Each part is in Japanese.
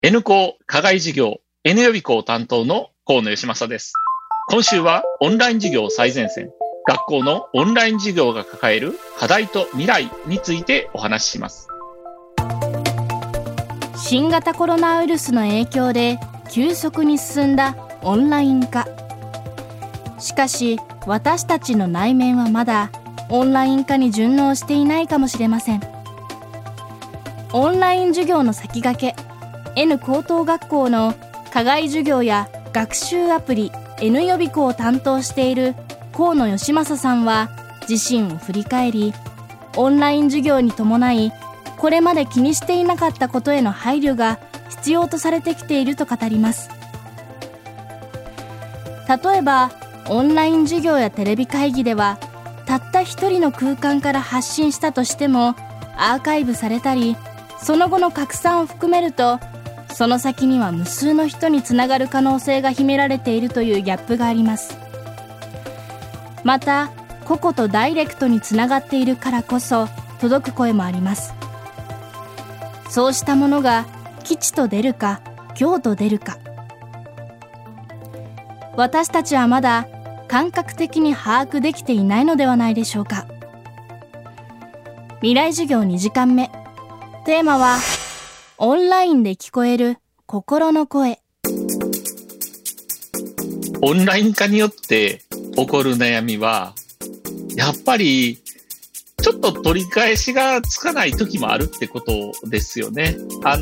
N 校課外授業 N 予備校担当の河野義正です。今週はオンライン授業最前線、学校のオンライン授業が抱える課題と未来についてお話しします。 新型コロナウイルスの影響で急速に進んだオンライン化。しかし私たちの内面はまだオンライン化に順応していないかもしれません。オンライン授業の先駆け N 高等学校の課外授業や学習アプリ N 予備校を担当している河野義正さんは自身を振り返り、オンライン授業に伴いこれまで気にしていなかったことへの配慮が必要とされてきていると語ります。例えばオンライン授業やテレビ会議ではたった一人の空間から発信したとしてもアーカイブされたり、その後の拡散を含めるとその先には無数の人につながる可能性が秘められているというギャップがあります。また個々とダイレクトにつながっているからこそ届く声もあります。そうしたものが吉と出るか凶と出るか、私たちはまだ感覚的に把握できていないのではないでしょうか。未来授業2時間目、テーマはオンラインで聞こえる心の声。 オンライン化によって起こる悩みはやっぱりちょっと取り返しがつかない時もあるってことですよね。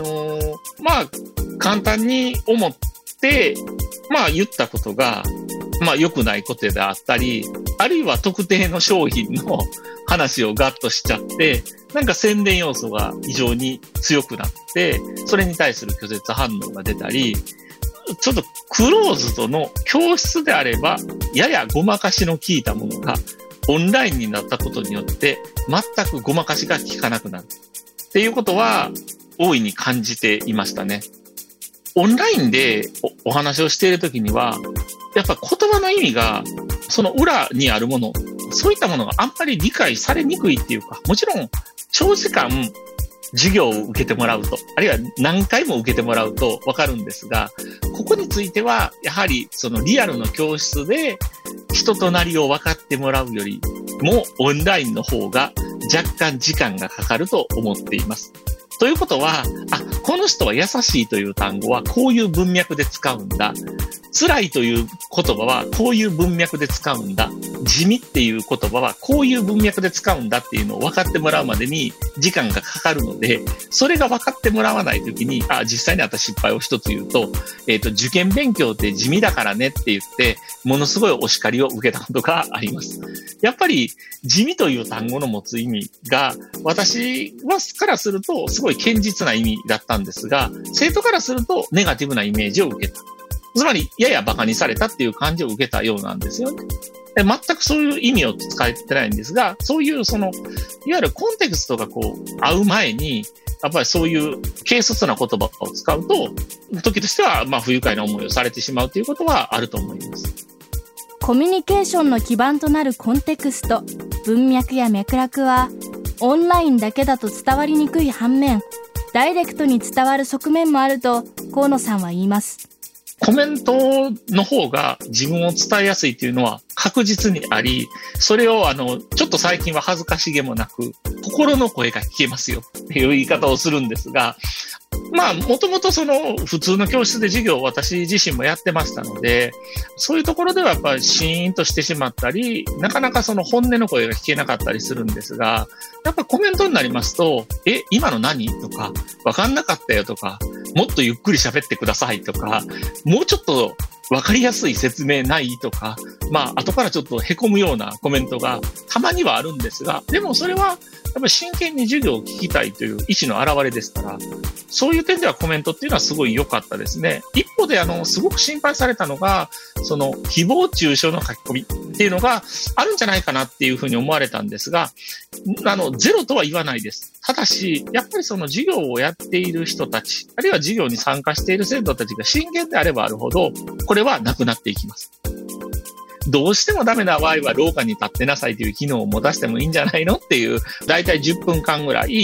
簡単に思って言ったことが良くないことであったり、あるいは特定の商品の話をガッとしちゃって宣伝要素が異常に強くなって、それに対する拒絶反応が出たり、ちょっとクローズドの教室であればややごまかしの効いたものがオンラインになったことによって全くごまかしが効かなくなるっていうことは大いに感じていましたね。オンラインでお話をしているときにはやっぱ言葉の意味がその裏にあるもの、そういったものがあんまり理解されにくいっていうか、もちろん長時間授業を受けてもらうと、あるいは何回も受けてもらうとわかるんですが、ここについてはやはりそのリアルの教室で人となりを分かってもらうよりもオンラインの方が若干時間がかかると思っています。ということは、この人は優しいという単語はこういう文脈で使うんだ。辛いという言葉はこういう文脈で使うんだ。地味っていう言葉はこういう文脈で使うんだっていうのを分かってもらうまでに時間がかかるので、それが分かってもらわないときに、実際にあった失敗を一つ言うと、受験勉強って地味だからねって言って、ものすごいお叱りを受けたことがあります。やっぱり地味という単語の持つ意味が、私からするとすごい堅実な意味だったんですが、生徒からするとネガティブなイメージを受けた。つまり、やや馬鹿にされたっていう感じを受けたようなんですよね。全くそういう意味を使えてないんですが、そういういわゆるコンテクストが合う前に、やっぱりそういう軽率な言葉を使うと、時としては不愉快な思いをされてしまうということはあると思います。 コミュニケーションの基盤となるコンテクスト、文脈や脈絡は、オンラインだけだと伝わりにくい反面、ダイレクトに伝わる側面もあると河野さんは言います。 コメントの方が自分を伝えやすいというのは確実にあり、それをちょっと最近は恥ずかしげもなく心の声が聞けますよっていう言い方をするんですが、もともと普通の教室で授業を私自身もやってましたので、そういうところではやっぱりシーンとしてしまったり、なかなか本音の声が聞けなかったりするんですが、やっぱりコメントになりますと、今の何とか、わかんなかったよとか、もっとゆっくり喋ってくださいとか、もうちょっとわかりやすい説明ないとか、後からちょっと凹むようなコメントがたまにはあるんですが、でもそれはやっぱり真剣に授業を聞きたいという意思の表れですから、そういう点ではコメントっていうのはすごい良かったですね。一方で、すごく心配されたのが、誹謗中傷の書き込みっていうのがあるんじゃないかなっていうふうに思われたんですが、ゼロとは言わないです。ただし、やっぱり授業をやっている人たち、あるいは授業に参加している生徒たちが真剣であればあるほど、これはなくなっていきます。どうしてもダメな場合は廊下に立ってなさいという機能を持たせてもいいんじゃないのっていう、だいたい10分間ぐらい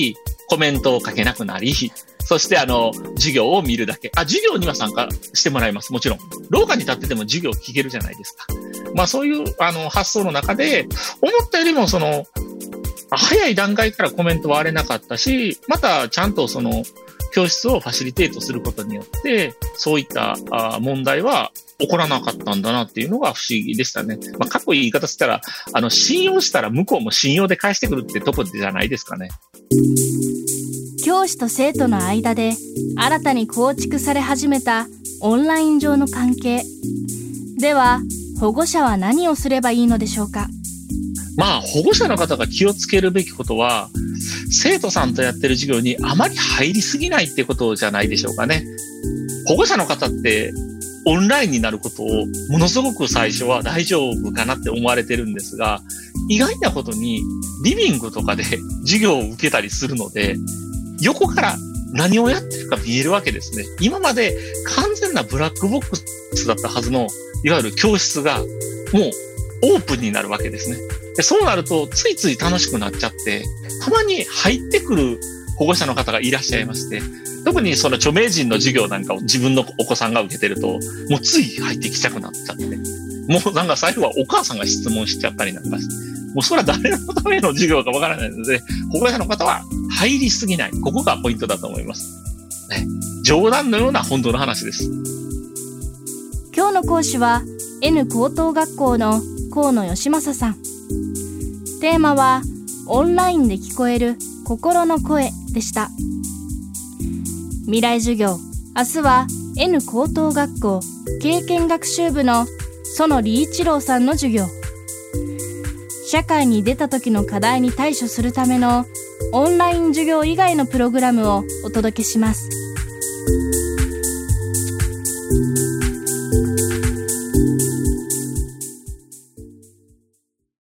コメントを書けなくなり、そして授業を見るだけ。授業には参加してもらいます。もちろん。廊下に立ってても授業を聞けるじゃないですか。そういう発想の中で、思ったよりも早い段階からコメントは荒れなかったし、またちゃんと教室をファシリテートすることによって、そういった問題は起こらなかったんだなっていうのが不思議でしたね。かっこいい言い方したら、信用したら向こうも信用で返してくるってとこじゃないですかね。 教師と生徒の間で新たに構築され始めたオンライン上の関係。では、保護者は何をすればいいのでしょうか？ 保護者の方が気をつけるべきことは、生徒さんとやってる授業にあまり入りすぎないってことじゃないでしょうかね。保護者の方ってオンラインになることをものすごく最初は大丈夫かなって思われてるんですが、意外なことにリビングとかで授業を受けたりするので、横から何をやってるか見えるわけですね。今まで完全なブラックボックスだったはずの、いわゆる教室がもうオープンになるわけですね。で、そうなるとついつい楽しくなっちゃって、たまに入ってくる保護者の方がいらっしゃいまして、特に著名人の授業なんかを自分のお子さんが受けてると、もうつい入ってきちゃくなっちゃって、もうなんか最後はお母さんが質問しちゃったりなんかして、もうそれは誰のための授業かわからないので、保護者の方は入りすぎない。ここがポイントだと思います。ね、冗談のような本当の話です。 今日の講師は N 高等学校の河野義正さん。テーマはオンラインで聞こえる心の声でした。未来授業、明日は N 高等学校経験学習部の園理一郎さんの授業。社会に出た時の課題に対処するためのオンライン授業以外のプログラムをお届けします。